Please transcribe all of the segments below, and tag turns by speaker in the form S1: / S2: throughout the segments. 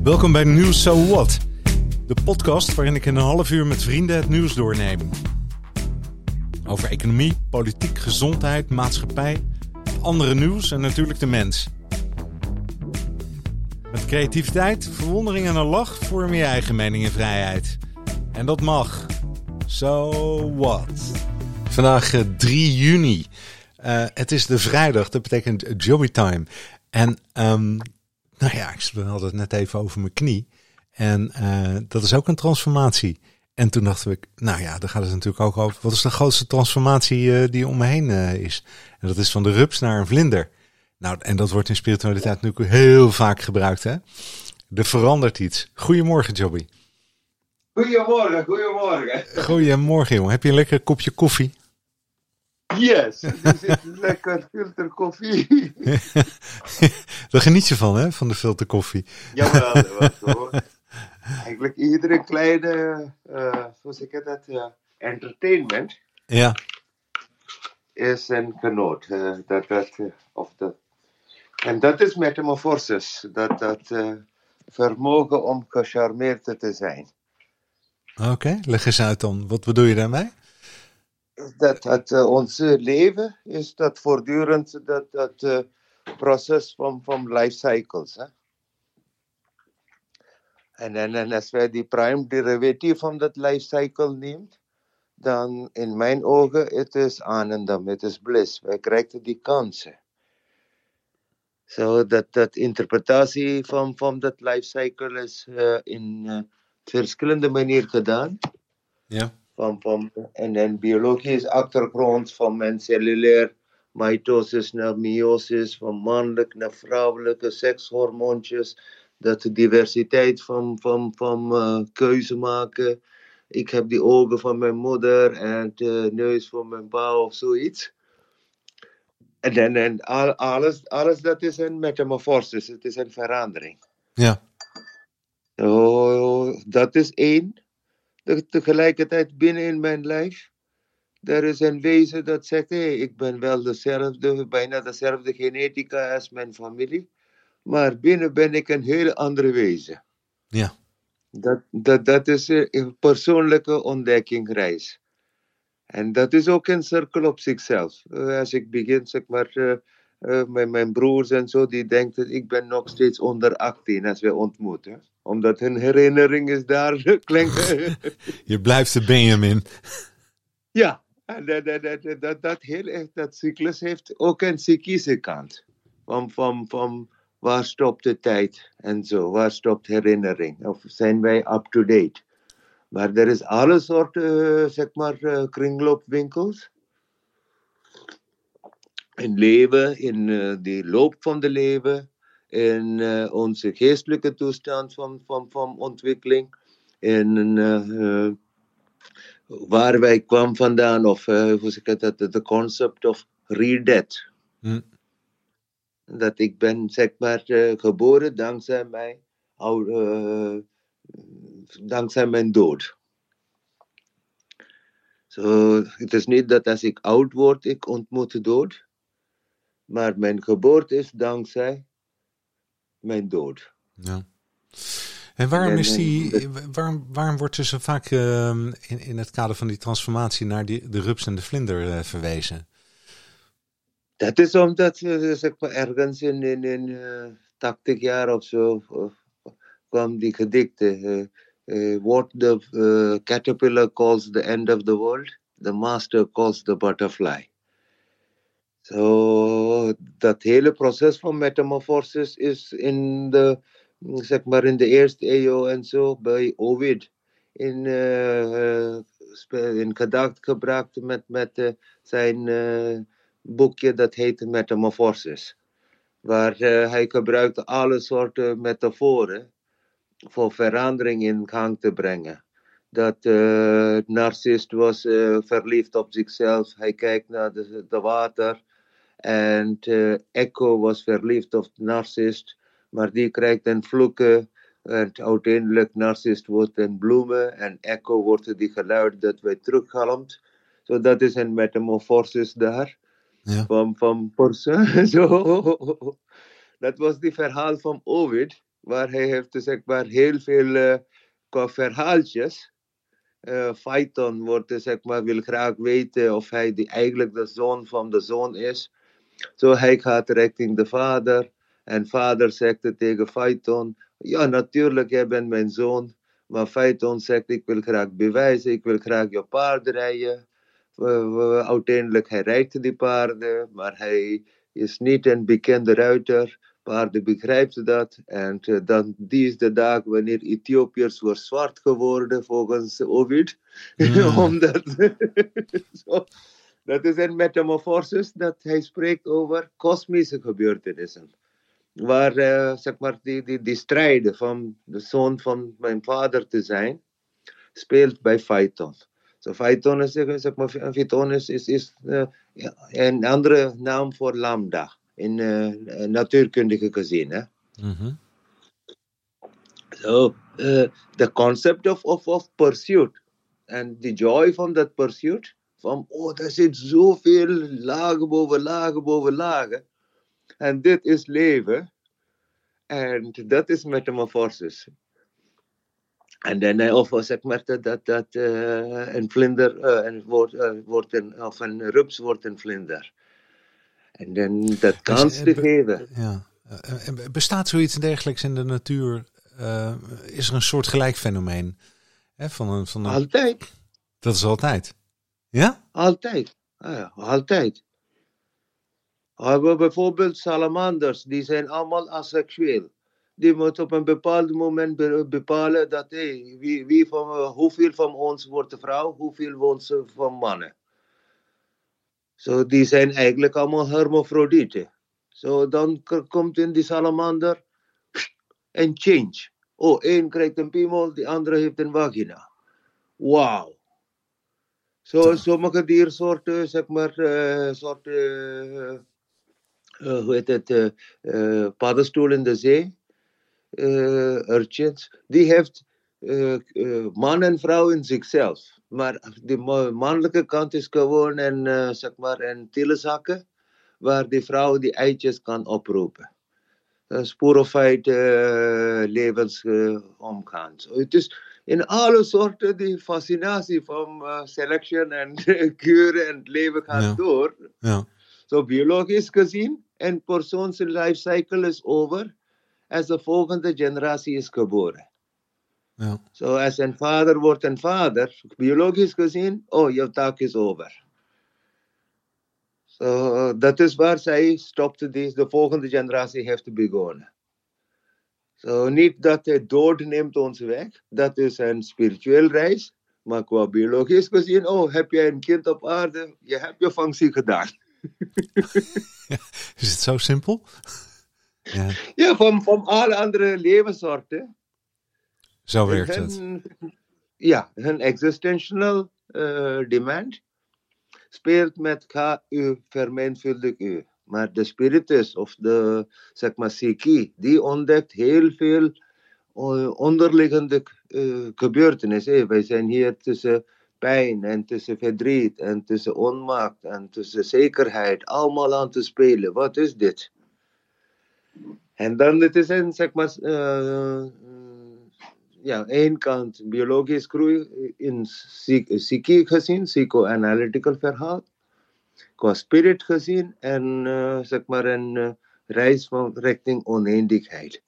S1: Welkom bij Nieuws So What, de podcast waarin ik in een half uur met vrienden het nieuws doorneem. Over economie, politiek, gezondheid, maatschappij, andere nieuws en natuurlijk de mens. Met creativiteit, verwondering en een lach vorm je eigen mening en vrijheid. En dat mag. So what? Vandaag 3 juni. Het is de vrijdag, dat betekent Jobby Time. En ik had het net even over mijn knie. En dat is ook een transformatie. En toen dachten we, daar gaat het natuurlijk ook over. Wat is de grootste transformatie die om me heen is? En dat is van de rups naar een vlinder. Nou, en dat wordt in spiritualiteit natuurlijk heel vaak gebruikt, hè? Er verandert iets. Goedemorgen, Jobby.
S2: Goedemorgen.
S1: Goedemorgen, jongen. Heb je een lekker kopje koffie?
S2: Yes, er zit lekker filterkoffie.
S1: Daar geniet je van, hè? Van de filterkoffie.
S2: Jawel, dat was zo. Eigenlijk iedere kleine, hoe zeg ik dat, entertainment is een genoot. En dat is metamorfosis, dat vermogen om gecharmeerd te zijn.
S1: Oké, leg eens uit dan. Wat bedoel je daarmee?
S2: Dat ons leven is dat voortdurend dat proces van life cycles. Hè? En als wij die prime derivative van dat life cycle nemen, dan in mijn ogen het is aanandam, het is bliss. Wij krijgen die kansen. Zo dat interpretatie van dat life cycle is in verschillende manieren gedaan.
S1: Ja.
S2: En biologisch achtergrond van mijn cellulair mitosis naar meiosis, van mannelijk naar vrouwelijke sekshormoontjes, dat de diversiteit van keuze maken. Ik heb die ogen van mijn moeder en de neus van mijn pa of zoiets. En alles dat is een metamorfosis, het is een verandering.
S1: Ja.
S2: Dat is één. Tegelijkertijd binnen in mijn lijf, er is een wezen dat zegt, ik ben wel bijna dezelfde genetica als mijn familie, maar binnen ben ik een hele andere wezen.
S1: Ja.
S2: Dat is een persoonlijke ontdekkingreis. En dat is ook een cirkel op zichzelf. Als ik begin, zeg maar, met mijn broers en zo, die denken dat ik ben nog steeds onder 18 als we ontmoeten. Omdat hun herinnering is daar, klinkt...
S1: Je blijft de Benjamin.
S2: Ja, en dat cyclus heeft ook een psychische kant. Van waar stopt de tijd en zo, waar stopt herinnering? Of zijn wij up-to-date? Maar er is alle soorten, kringloopwinkels. In leven, in de loop van de leven, in onze geestelijke toestand van ontwikkeling, in waar wij kwamen vandaan, of hoe zeg ik dat, de concept of re-death. Dat ik ben, zeg maar, geboren dankzij mijn dood. Het is niet dat als ik oud word, ik ontmoet de dood. Maar mijn geboorte is dankzij mijn dood.
S1: Ja. En waarom wordt er zo vaak in het kader van die transformatie naar de rups en de vlinder verwezen?
S2: Dat is omdat, zeg maar, ergens in 80 jaar of zo kwam die gedikte. What the caterpillar calls the end of the world, the master calls the butterfly. Dat hele proces van metamorfosis is in de eerste eeuw en zo bij Ovid in gedacht gebracht met zijn boekje dat heet Metamorfosis. Waar hij gebruikte alle soorten metaforen voor verandering in gang te brengen. Dat narcist was verliefd op zichzelf, hij kijkt naar de water. En Echo was verliefd op narcist, maar die krijgt een vloeken. En uiteindelijk narcist wordt een bloemen en Echo wordt die geluid dat wij teruggalmt. Dat is een metamorfosis daar.
S1: Ja.
S2: Van persoon. Dat was die verhaal van Ovid. waar hij heeft zeg maar heel veel verhaaltjes. Phaeton wordt zeg maar, wil graag weten of hij eigenlijk de zoon van de zoon is. Zo hij gaat richting de vader. En vader zegt tegen Phaeton, ja natuurlijk, jij bent mijn zoon. Maar Phaeton zegt, ik wil graag bewijzen, ik wil graag je paarden rijden. Uiteindelijk, hij rijdt die paarden, maar hij is niet een bekende ruiter. Paarden begrijpt dat. En dan, die is de dag wanneer Ethiopiërs worden zwart geworden, volgens Ovid. Omdat... zo, dat is een metamorfosis dat hij spreekt over kosmische gebeurtenissen. Waar zeg maar die strijden van de zoon van mijn vader te zijn, speelt bij Phaeton. So Phaeton is, zeg maar, Phaeton is een andere naam voor lambda in natuurkundige gezien. Hè?
S1: Mm-hmm.
S2: So the concept of pursuit and the joy from that pursuit. Van, daar zit zoveel lagen boven lagen boven lagen. En dit is leven. En dat is metamorfosis. En dan of zeg maar dat een vlinder of een rups wordt een vlinder. En dan dat kans te geven.
S1: Ja. Bestaat zoiets dergelijks in de natuur? Is er een soort gelijk fenomeen? Van een...
S2: Altijd.
S1: Dat is altijd. Ja?
S2: Altijd. Ja, altijd. Maar bijvoorbeeld salamanders, die zijn allemaal asexueel. Die moeten op een bepaald moment bepalen dat hoeveel van ons wordt de vrouw, hoeveel wordt van mannen. So, die zijn eigenlijk allemaal hermafrodieten. So, dan komt in die salamander een change. Één krijgt een piemel, die andere heeft een vagina. Wauw. So, sommige diersoorten, zeg maar, hoe heet het, paddenstoel in de zee, urchins, die heeft man en vrouw in zichzelf. Maar de mannelijke kant is gewoon zeg maar een telezakken, waar die vrouw die eitjes kan oproepen. Sporophyte levensomgaan. Het is in alle soorten die fascinatie van selection en kuren en het leven gaat door.
S1: Ja.
S2: Zo biologisch gezien, een persoon zijn lifecycle is over als de volgende generatie is geboren.
S1: Ja.
S2: Zo als een vader wordt een vader, biologisch gezien, jouw taak is over. Dat is waar zij stopte, de volgende generatie heeft begonnen. Niet dat het dood neemt ons weg, dat is een spiritueel reis, maar qua biologisch gezien, heb jij een kind op aarde, je hebt je functie gedaan.
S1: Is het zo simpel?
S2: Ja, van alle andere levenssoorten.
S1: Zo werkt het.
S2: Ja, hun existential demand speelt met K-U vermenigvuldig U. Maar de spiritus of de, zeg maar, psyche, die ontdekt heel veel onderliggende gebeurtenissen. Wij zijn hier tussen pijn en tussen verdriet en tussen onmacht en tussen zekerheid, allemaal aan te spelen. Wat is dit? En dan het is een, zeg maar, één kant biologisch groei in psyche gezien, psychoanalytical verhaal, qua spirit gezien en zeg maar een reis van richting oneindigheid.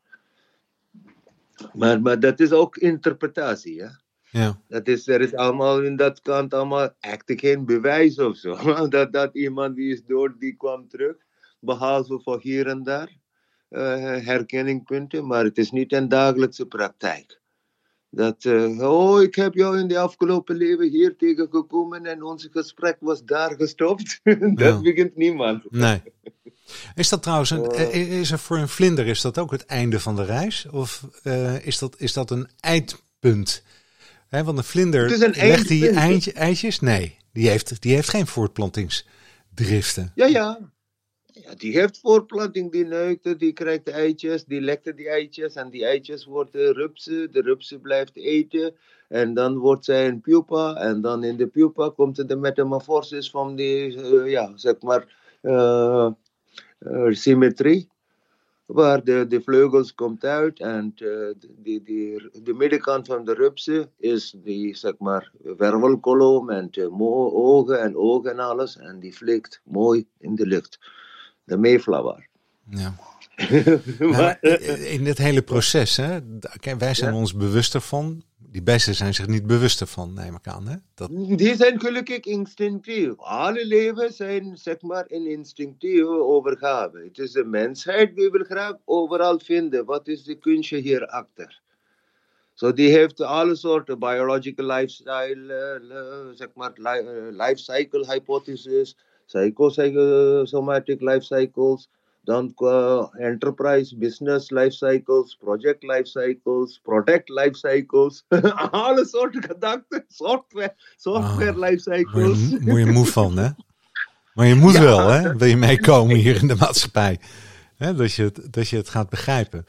S2: Maar dat is ook interpretatie, ja.
S1: Ja.
S2: Er is allemaal in dat kant allemaal echt geen bewijs of zo. dat iemand die is dood, die kwam terug. Behalve voor hier en daar herkenningpunten, maar het is niet een dagelijkse praktijk. Dat, ik heb jou in de afgelopen leven hier tegengekomen en ons gesprek was daar gestopt. Dat begint niemand.
S1: Nee. Is dat trouwens, is er voor een vlinder, is dat ook het einde van de reis? Of is dat een eindpunt? Want een vlinder, legt die eitjes? Nee, die heeft geen voortplantingsdriften.
S2: Ja, die heeft voortplanting, die neukt, die krijgt de eitjes, die lekt die eitjes en die eitjes worden rupsen, de rupsen blijft eten en dan wordt zij een pupa en dan in de pupa komt de metamorfosis van die, zeg maar, symmetrie, waar de vleugels komt uit en de middenkant van de rupsen is die, zeg maar, wervelkolom en ogen en alles. En die vliegt mooi in de lucht. De Mayflower.
S1: Ja. Maar in dit hele proces, hè, wij zijn ons bewuster van. Die beesten zijn zich niet bewuster van, neem ik aan. Hè?
S2: Die zijn gelukkig instinctief. Alle levens zijn, zeg maar, een instinctieve overgave. Het is de mensheid die wil graag overal vinden. Wat is de kunstje hierachter? So die heeft alle soorten biological lifestyle, zeg maar, life cycle hypothesis, psychosomatic life cycles, dan enterprise business life cycles, project life cycles, product life cycles, alle soorten gedachten, software life cycles.
S1: Moet je moe van, hè? Maar je moet wel, hè? Wil je meekomen hier in de maatschappij? Hè? Dat je het gaat begrijpen.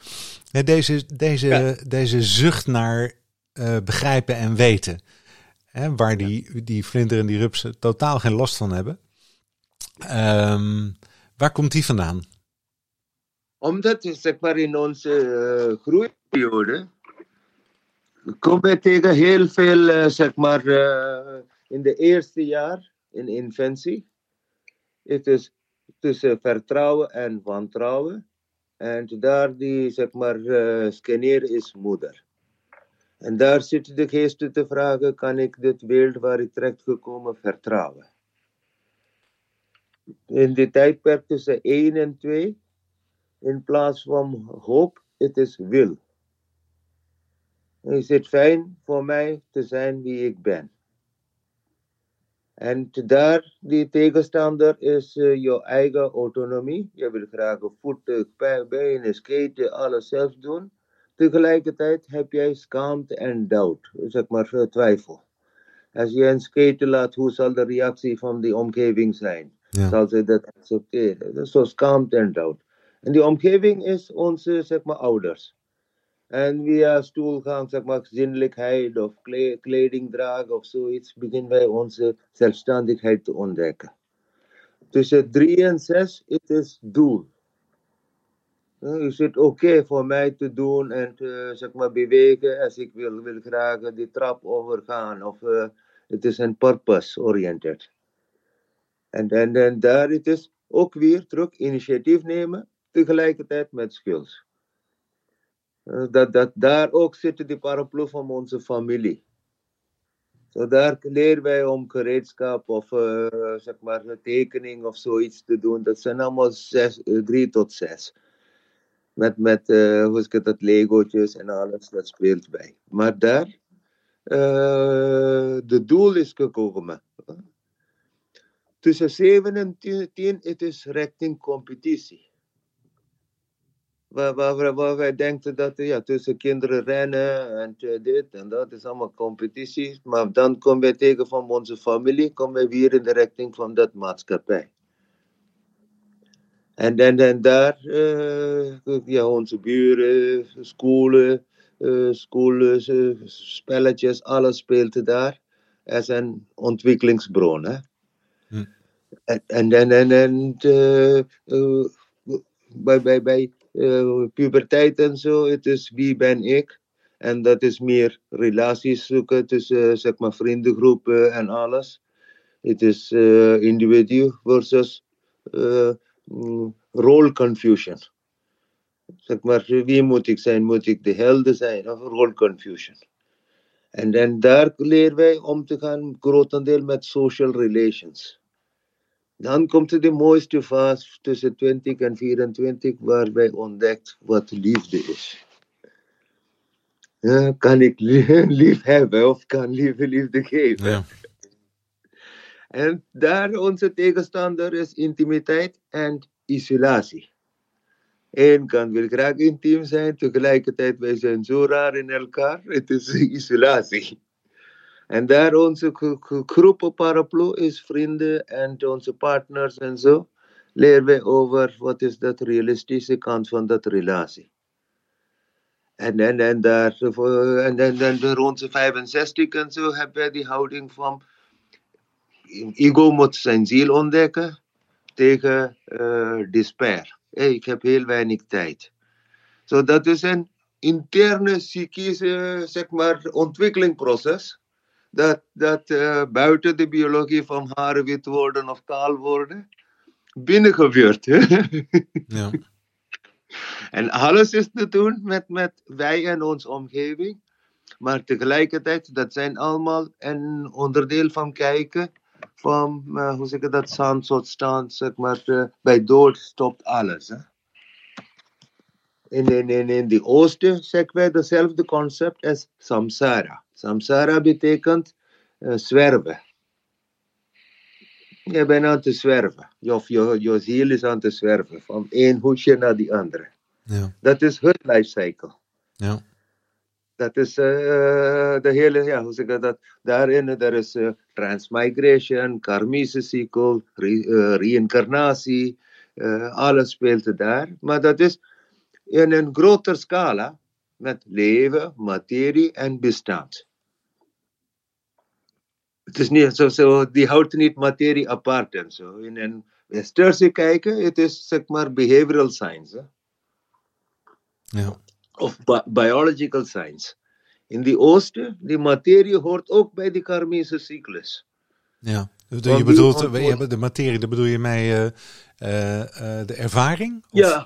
S1: Deze zucht naar begrijpen en weten. Hè? Waar die vlinder en die rupsen totaal geen last van hebben. Waar komt die vandaan?
S2: Omdat, zeg maar, in onze groeiperiode komen we tegen heel veel, zeg maar, in de eerste jaar, in infantie. Het is tussen vertrouwen en wantrouwen. En daar die, zeg maar, scanneren is moeder. En daar zit de geest te vragen, kan ik dit beeld waar ik terecht gekomen vertrouwen? In die tijdperk tussen 1 en 2, in plaats van hoop, het is wil. Is het fijn voor mij te zijn wie ik ben? En daar, die tegenstander is je eigen autonomie. Je wil graag voeten, benen, skaten, alles zelf doen. Tegelijkertijd heb jij schaamte en doubt, zeg maar twijfel. Als je een skaten laat, hoe zal de reactie van die omgeving zijn? Ja. Zal ze dat accepteren? Dat is zo schaamte en doubt. En die omgeving is onze, zeg maar, ouders. En via stoelgang, zeg maar, zinnelijkheid of kleding dragen of zoiets, beginnen wij onze zelfstandigheid te ontdekken. Tussen 3 en 6, het is doel. Is het oké voor mij te doen en te, zeg maar, bewegen als ik wil graag die trap overgaan? Of het is een purpose-oriented. En daar het is ook weer terug initiatief nemen, tegelijkertijd met skills. Daar ook zit de paraplu van onze familie. So daar leren wij om gereedschap of zeg maar tekening of zoiets te doen. Dat zijn allemaal 3 tot 6. Met hoe is het, dat Legootjes en alles, dat speelt bij. Maar daar, de doel is gekomen. Tussen 7 en 10, het is richting competitie. Waar wij denken dat tussen kinderen rennen en dit en dat is allemaal competitie. Maar dan komen wij tegen van onze familie, komen wij weer in de richting van dat maatschappij. En daar, onze buren, scholen, spelletjes, alles speelt daar. Als een ontwikkelingsbron. Hè? Bij puberteit en zo, het is wie ben ik. En dat is meer relaties zoeken tussen, zeg maar, vriendengroepen en alles. Het is individu versus role confusion. Zeg maar, wie moet ik zijn? Moet ik de helden zijn? Of role confusion. En daar leren wij om te gaan grotendeel met social relations. Dan komt de mooiste fase tussen 20 en 24, waar wij ontdekt wat liefde is. Kan ik lief hebben of kan liefde geven? Ja. En daar onze tegenstander is intimiteit en isolatie. Eén kan wil graag intiem zijn, tegelijkertijd wij zijn zo raar in elkaar, het is isolatie. En daar onze groep paraplu is vrienden en onze partners en zo. Leren wij over wat is dat realistische kant van dat relatie. En daar rond de 65 en zo hebben wij die houding van ego moet zijn ziel ontdekken tegen despair. Ik heb heel weinig tijd. Zo, dat is een interne psychische, zeg maar, ontwikkelingsproces. Dat buiten de biologie van haren wit worden of kaal worden, binnen gebeurt.
S1: Ja.
S2: En alles is te doen met wij en onze omgeving. Maar tegelijkertijd, dat zijn allemaal een onderdeel van kijken. Van, hoe zeg ik dat, zandsoort zeg maar, bij dood stopt alles. Hè? In de Oosten zeggen wij dezelfde concept als samsara. Samsara betekent zwerven. Je bent aan het zwerven. Of je ziel is aan het zwerven. Van één hoesje naar die andere.
S1: Ja.
S2: Dat is het lifecycle.
S1: Ja.
S2: Dat is de hele, ja, hoe zeg ik dat? Daarin er is transmigration, karmische cycle, reïncarnatie. Alles speelt daar. Maar dat is in een grotere scala met leven, materie en bestand. Het is niet zo, die houdt niet materie apart en zo. In een westerse kijken, het is zeg maar behavioral science. Hè?
S1: Ja.
S2: Of biological science. In die Oosten, die materie hoort ook bij die karmische cyclus.
S1: Ja, je bedoelt de materie, daar bedoel je mee de ervaring? Of?
S2: Ja,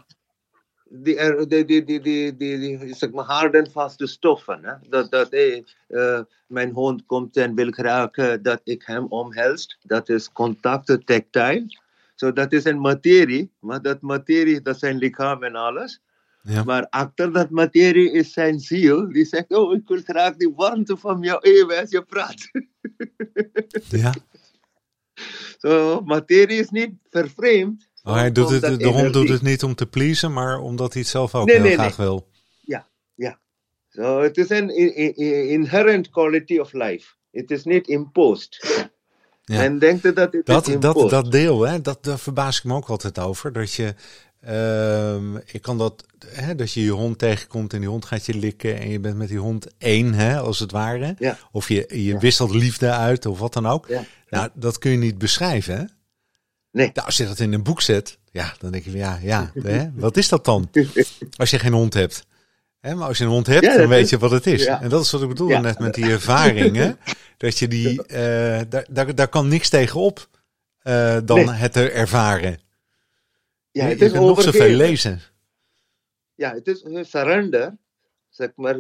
S2: die zeg maar hard en vaste stoffen. Hè? Mijn hond komt en wil graag dat ik hem omhelst. Dat is contact, tactile. So, dat is een materie, maar dat materie, dat zijn lichaam en alles. Ja. Maar achter dat materie is zijn ziel. Die zegt, oh, ik wil graag die warmte van jou even als je praat.
S1: Ja.
S2: So, materie is niet vervreemd.
S1: Oh, hij doet het, de hond doet het niet om te pleasen, maar omdat hij het zelf ook heel graag wil.
S2: Ja, ja. So, het is een inherent quality of life. Het is niet imposed.
S1: Ja.
S2: Men denkt dat het is imposed.
S1: Dat deel, hè, daar verbaas ik me ook altijd over. Dat je... ik kan dat je hond tegenkomt en die hond gaat je likken en je bent met die hond één, hè, als het ware.
S2: Ja.
S1: Of je wisselt liefde uit of wat dan ook.
S2: Ja.
S1: Nou, dat kun je niet beschrijven, hè?
S2: Nee.
S1: Nou, als je dat in een boek zet, ja, dan denk je hè, wat is dat dan? Als je geen hond hebt. Hè, maar als je een hond hebt, dan weet je wat het is. Ja. En dat is wat ik bedoelde net met die ervaringen. Dat je die, daar kan niks tegenop dan het te ervaren.
S2: Ja, het
S1: je kunt nog zoveel lezen.
S2: Ja, het is surrender, zeg maar,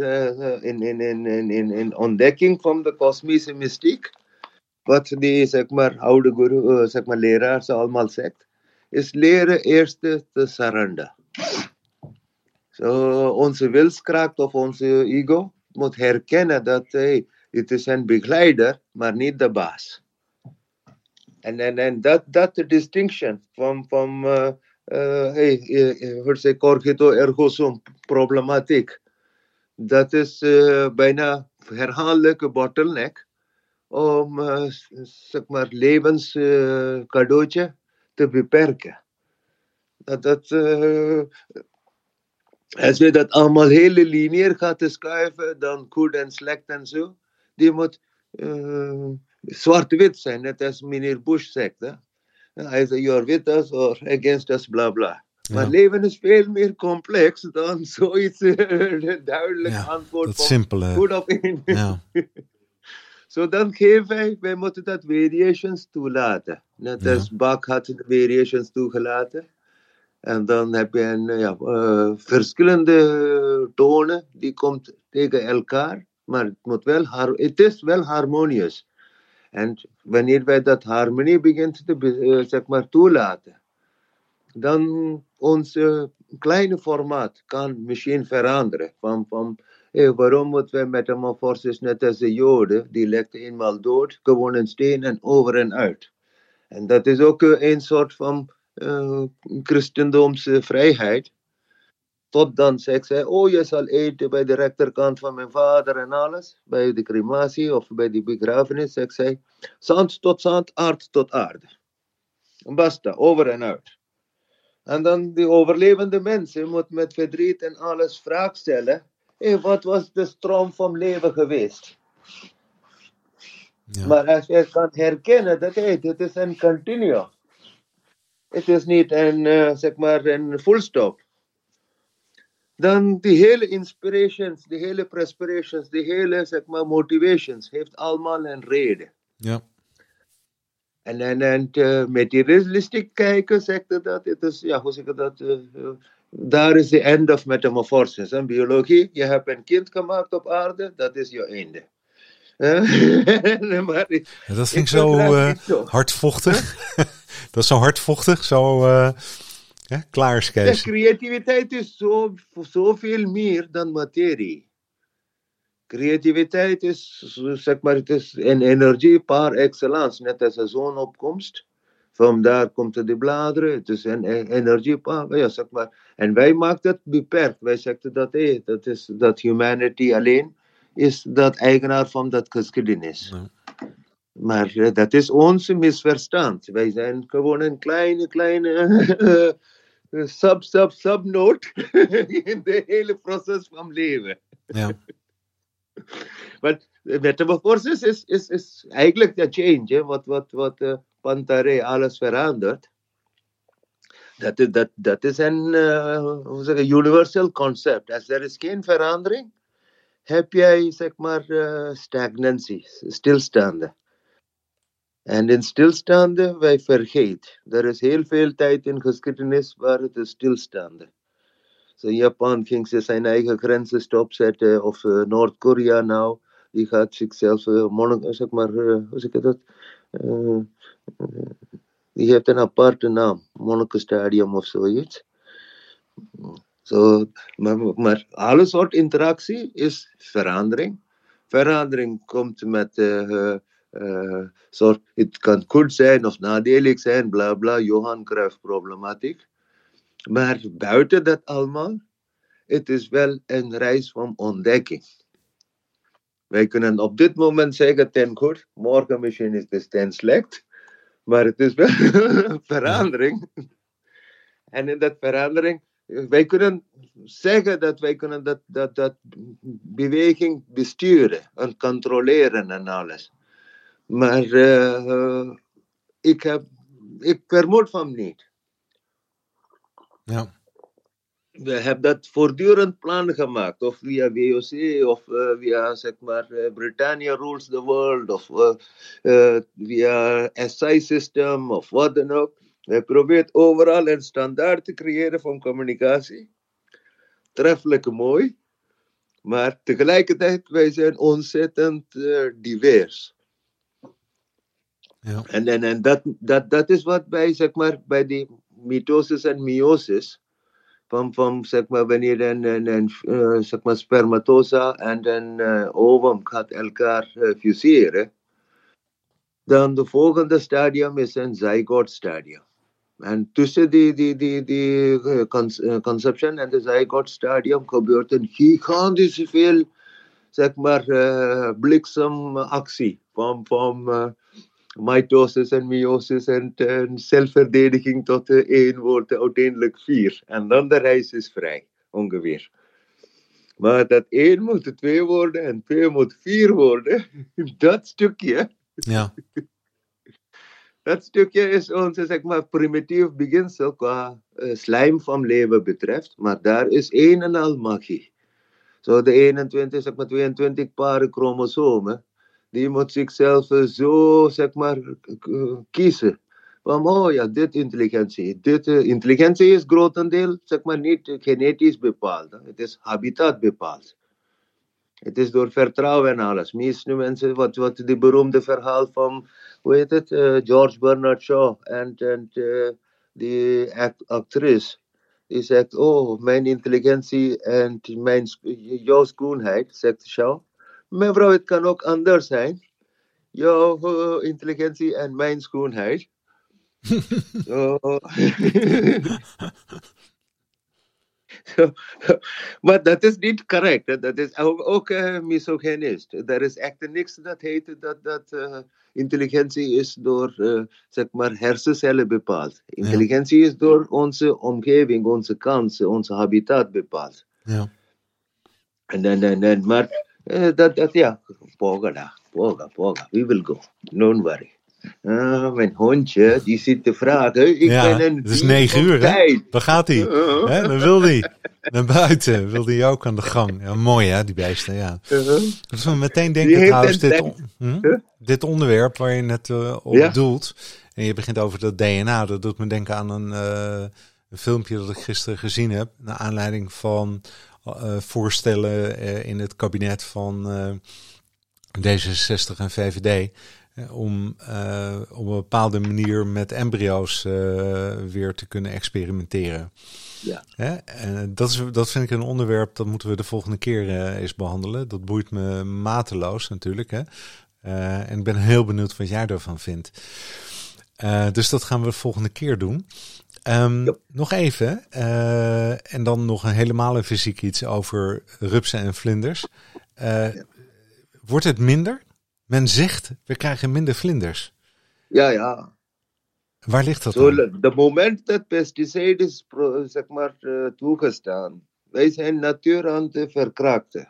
S2: in ontdekking van de kosmische mystiek. Wat die, zeg maar, oude guru, zeg maar, leraars allemaal zegt, is leren eerst te surrender. So, onze wilskracht of onze ego moet herkennen dat het is een begeleider, maar niet de baas. En dat distinction van cogito ergo sum problematiek. Dat is bijna herhaaldelijke bottleneck om zeg maar levenscadeautje te beperken. Als je dat allemaal heel lineair gaat schuiven, dan goed en slecht en zo, die moet zwart-wit zijn, net als meneer Bush zegt. Hè? Either you're with us or against us, bla bla. Ja. Maar leven is veel meer complex dan zoiets duidelijk antwoord.
S1: Dat simpele.
S2: Goed of in. Ja. Zo dan geven wij moeten dat variations toelaten. Net als Bach had de variations toegelaten. En dan heb je verschillende tonen die komt tegen elkaar. Maar het is wel harmonieus. En wanneer wij dat harmonie begint te zeg maar, toelaten, dan ons kleine formaat kan misschien veranderen. Waarom moeten wij metamorfosis net als de Joden, die legden eenmaal dood, gewoon een steen en over en uit. En dat is ook een soort van christendomse vrijheid. Tot dan zegt zij, je zal eten bij de rechterkant van mijn vader en alles. Bij de crematie of bij de begrafenis, zegt zij, zand tot zand, aard tot aarde. Basta, over en uit. En dan de overlevende mensen moeten met verdriet en alles vraag stellen. Wat was de stroom van leven geweest? Ja. Maar als je kan herkennen dat het is een continuum. Het is niet een, zeg maar, een full stop. dan die hele inspirations, die hele perspirations, die hele, zeg maar, motivations, heeft allemaal een reden.
S1: Ja.
S2: En materialistic kijken, zegt dat, het is, ja, hoe zeg ik dat, daar is the end of metamorphosis. En biologie, je hebt een kind gemaakt op aarde, dat is je einde.
S1: Maar dat vind ik zo hardvochtig. Dat is zo hardvochtig, zo klaar is Kees.
S2: De creativiteit is zoveel meer dan materie. Creativiteit is, zeg maar, het is een energie par excellence, net als een zonopkomst. Vandaar komt de bladeren, het is een energie par, ja, zeg maar. En wij maken het beperkt. Wij zeggen dat humanity alleen is dat eigenaar van dat geschiedenis. Ja. Maar dat is ons misverstand. Wij zijn gewoon een kleine subnoot in het hele proces van leven.
S1: Ja.
S2: Maar metamorphosis is eigenlijk de change, wat Pantare alles verandert. Dat is een universal concept. Als er is geen verandering, heb jij, zeg maar, stagnantie, stilstanden. En in stilstanden, wij vergeten. Er is heel veel tijd in geschiedenis waar het is stilstanden. So Japan ging ze zijn eigen grenzen stopzetten, of Noord-Korea nou, die gaat zichzelf, zeg maar, hoe zeg ik dat? Die heeft een aparte naam, Monnikenstadium of zoiets. Maar alle soort interactie is verandering. Verandering komt met het kan goed zijn of nadelig zijn, bla bla, Johan Cruijff problematiek. Maar buiten dat allemaal, het is wel een reis van ontdekking. Wij kunnen op dit moment zeggen ten goed, morgen misschien is het ten slecht, maar het is wel verandering. En in dat verandering, wij kunnen zeggen dat wij kunnen dat beweging besturen en controleren en alles. Maar ik vermoed van niet.
S1: Ja.
S2: We hebben dat voortdurend plan gemaakt, of via WOC, of via, zeg maar, Britannia Rules the World, of via SI System, of wat dan ook. We proberen overal een standaard te creëren van communicatie. Treffelijk mooi, maar tegelijkertijd wij zijn ontzettend divers.
S1: Ja.
S2: En dat is wat bij, zeg maar, bij die mitosis en meiosis, van zeg maar, wanneer een zeg maar, spermatoza en een ovum gaat elkaar fuseren, dan de volgende stadium is een zygote stadium. En tussen die conception en de zygote stadium gebeurt een gigantische veel, zeg maar, bliksemactie van mitosis en meiosis en zelfverdediging tot 1 wordt uiteindelijk 4. En dan de reis is vrij, ongeveer. Maar dat 1 moet 2 worden en 2 moet 4 worden, dat stukje.
S1: Ja.
S2: Dat stukje is onze, zeg maar, primitief beginsel qua slijm van leven betreft. Maar daar is een en al magie. Zo de 21, zeg maar 22 paren chromosomen. Die moet zichzelf zo, zeg maar, kiezen. Van, oh ja, dit intelligentie. Intelligentie is grotendeel, zeg maar, niet genetisch bepaald. Het is habitat bepaald. Het is door vertrouwen en alles. Meeste mensen, wat die beroemde verhaal van, hoe heet het, George Bernard Shaw en die actrice. Die zegt, oh, mijn intelligentie en jouw schoonheid, zegt Shaw. Mevrouw, het kan ook anders zijn. Jouw intelligentie en mijn schoonheid. Maar dat is niet correct. Dat is ook misogynist. Er is echt niks dat heet dat intelligentie is door, zeg maar, hersencellen bepaald. Intelligentie is door onze omgeving, onze kansen, onze habitat bepaald.
S1: Ja.
S2: Maar ja, poga, we will go. Don't worry. Mijn hondje, die zit te vragen.
S1: Het is 9 uur, hè? Dan gaat hij. Dan wil hij. Naar buiten wilde hij ook aan de gang. Ja, mooi hè, die beesten, ja. Dus we meteen denken trouwens, dit onderwerp waar je net op doelt. En je begint over dat DNA. Dat doet me denken aan een filmpje dat ik gisteren gezien heb. Naar aanleiding van voorstellen in het kabinet van D66 en VVD. Om op een bepaalde manier met embryo's weer te kunnen experimenteren.
S2: Ja.
S1: En dat vind ik een onderwerp, dat moeten we de volgende keer eens behandelen. Dat boeit me mateloos natuurlijk. Hè? En ik ben heel benieuwd wat jij daarvan vindt. Dus dat gaan we de volgende keer doen. Nog even, en dan nog helemaal een fysiek iets over rupsen en vlinders. Wordt het minder? Men zegt, we krijgen minder vlinders.
S2: Ja.
S1: Waar ligt dat
S2: aan? De moment dat pesticide is toegestaan, wij zijn natuur aan het verkrachten.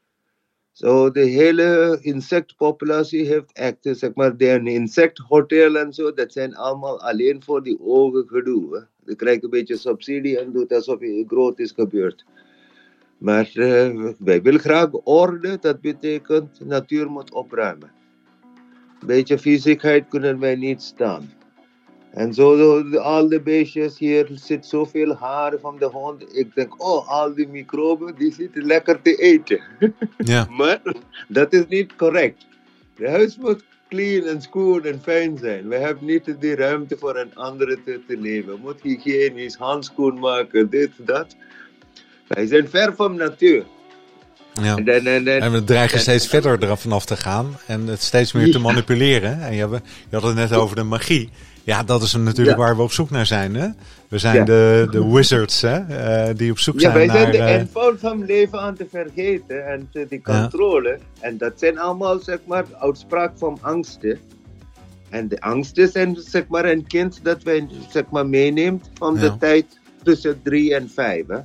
S2: De hele insectpopulatie heeft echt, de insecthotel en zo, dat zijn allemaal alleen voor die ogen gedoe. Je krijgt een beetje subsidie en doet alsof het groot is gebeurd. Maar wij willen graag orde, dat betekent natuur moet opruimen. Een beetje fysiekheid kunnen wij niet staan. En zo, al die beestjes hier zit zoveel haar van de hond. Ik denk, al die microben, die zitten lekker te eten.
S1: Ja.
S2: Maar dat is niet correct. De huis moet clean en schoon en fijn zijn. We hebben niet de ruimte voor een andere te leven. We moeten hygiënisch, handschoen maken, dit, dat. Wij zijn ver van natuur.
S1: Ja. En we dreigen steeds verder ervan af te gaan en het steeds meer te manipuleren. En je had het net over de magie. Ja, dat is natuurlijk waar we op zoek naar zijn. Hè? We zijn de wizards die op zoek zijn
S2: naar...
S1: Ja,
S2: wij zijn de eenvoud van leven aan te vergeten en die controle. Ja. En dat zijn allemaal, uitspraak van angsten. En de angsten zijn, een kind dat wij, meeneemt van de tijd tussen 3 en 5. Hè?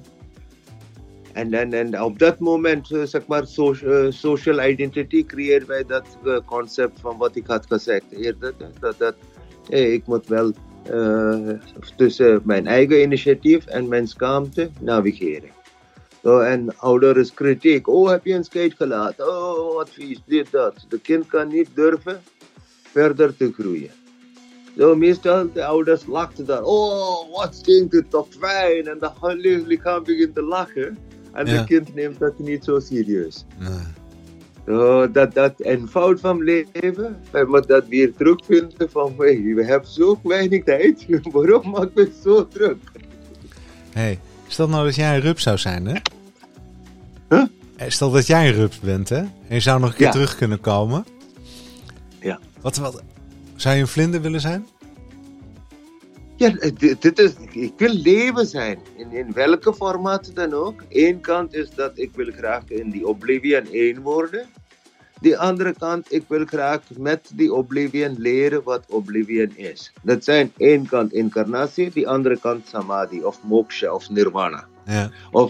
S2: En op dat moment, social identity, creëren wij dat concept van wat ik had gezegd eerder. Ik moet wel tussen mijn eigen initiatief en mijn schaamte navigeren. En ouders kritiek. Heb je een skate gelaten? Wat vies, dit, dat. De kind kan niet durven verder te groeien. Meestal de ouders lachten daar. Wat stinkt het toch fijn. En de lichaam begint te lachen. En de kind neemt dat niet zo serieus. Dat eenvoud van leven, wij moeten dat weer terugvinden van, we hebben zo weinig tijd, waarom maken we het zo druk?
S1: Stel nou dat jij een rups zou zijn, hè? Stel dat jij een rups bent, hè? En je zou nog een keer terug kunnen komen.
S2: Ja.
S1: Wat, zou je een vlinder willen zijn?
S2: Ja, ik wil leven zijn, in welke formaat dan ook. Eén kant is dat ik wil graag in die Oblivion 1 worden. De andere kant, ik wil graag met die Oblivion leren wat Oblivion is. Dat zijn één kant incarnatie, de andere kant samadhi of moksha of nirvana.
S1: Ja.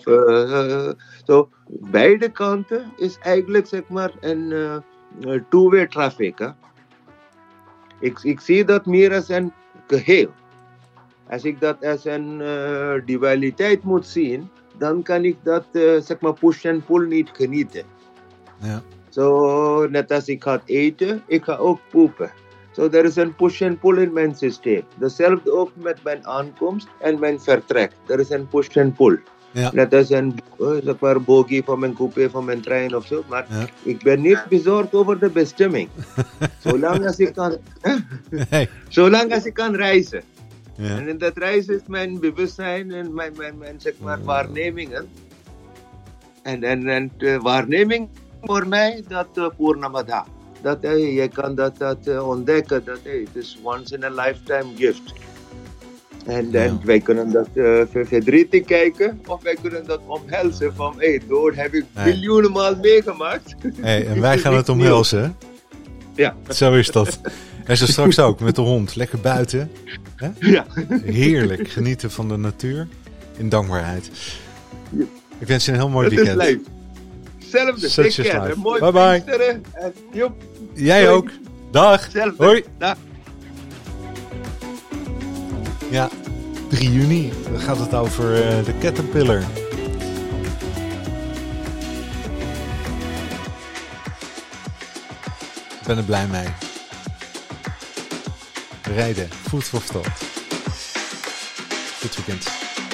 S2: Beide kanten is eigenlijk een two-way traffic. Hè? Ik zie dat meer als een geheel. Als ik dat als een dualiteit moet zien, dan kan ik dat push en pull niet genieten.
S1: Ja.
S2: Net als ik ga eten, ik ga ook poepen. Er is een push en pull in mijn systeem. Hetzelfde ook met mijn aankomst en mijn vertrek. Er is een push en pull.
S1: Ja.
S2: Net als een bogie van mijn coupé, van mijn trein of zo. Maar ik ben niet bezorgd over de bestemming. Zolang als ik kan reizen. Ja. En in dat reis is mijn bewustzijn en mijn waarnemingen. En waarneming voor mij, dat Purnamada. Dat je kan dat ontdekken, dat het is once in a lifetime gift. En wij kunnen dat verdrietig kijken, of wij kunnen dat omhelzen van, dood heb ik miljoenen maal meegemaakt.
S1: En wij gaan het omhelzen, hè?
S2: Ja.
S1: Zo is dat. En zo straks ook, met de hond. Lekker buiten. Hè?
S2: Ja.
S1: Heerlijk genieten van de natuur. In dankbaarheid.
S2: Ja.
S1: Ik wens je een heel mooi weekend.
S2: Het is leuk. Hetzelfde.
S1: Such is life.
S2: Mooi
S1: bye bye.
S2: En joep.
S1: Jij
S2: Doei.
S1: ook. Dag.
S2: Hetzelfde.
S1: Hoi.
S2: Dag.
S1: Ja, 3 juni. Dan gaat het over de Caterpillar. Ik ben er blij mee. Reden, food for thought. Goed weekend.